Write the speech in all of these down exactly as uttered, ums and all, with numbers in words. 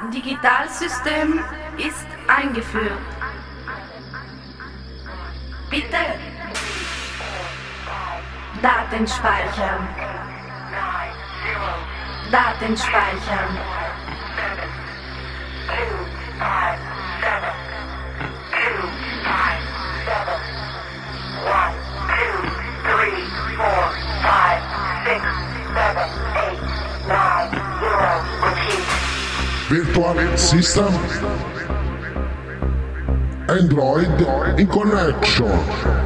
Digitalsystem ist eingeführt. Bitte Daten speichern. Daten speichern. Virtual System Android in connection.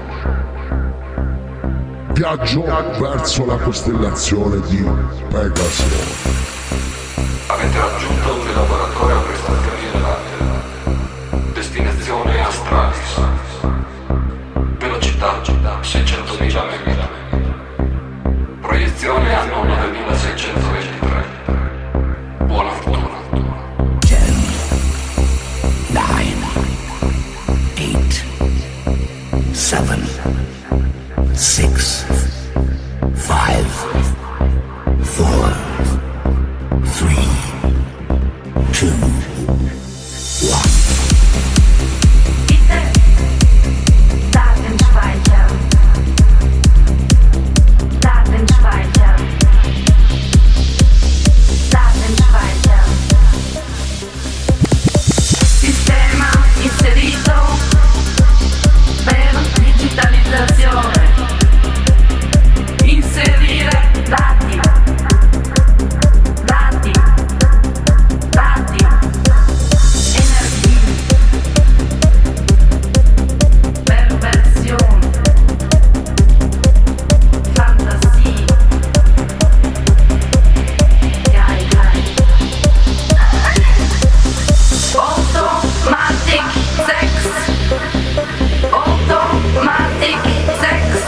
Viaggio verso la costellazione di Pegaso. Avete raggiunto un laboratorio prestazioni elevate. Destinazione Astralis. Velocità seicentomila megabit. Proiezione anno novemilaseicentoventitré. Buona fortuna. Seven, six, five, four, three, two, one. Bitte Daten speichern. Daten speichern. Daten speichern. Sistema inserito per digitalizzazione. Inserire dati. Dati. Dati. Energie. Perversione. Fantasie. Geilheit. Automatic sex. Automatic sex.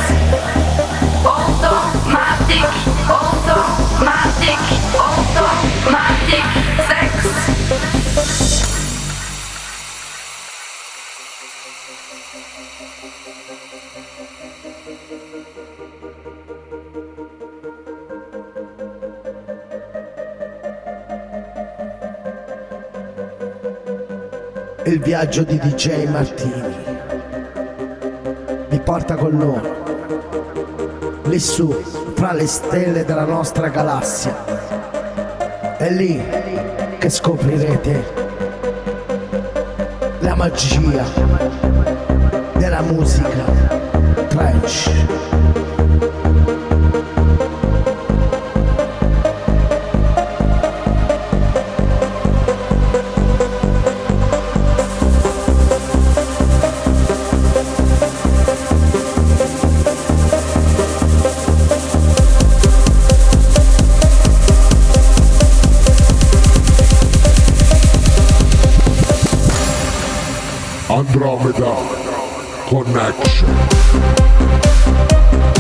Automatic, automatic, automatic sex. Il viaggio di D J Martini vi porta con loro, lì su, fra le stelle della nostra galassia. È lì che scoprirete la magia della musica trash. Andromeda Connection.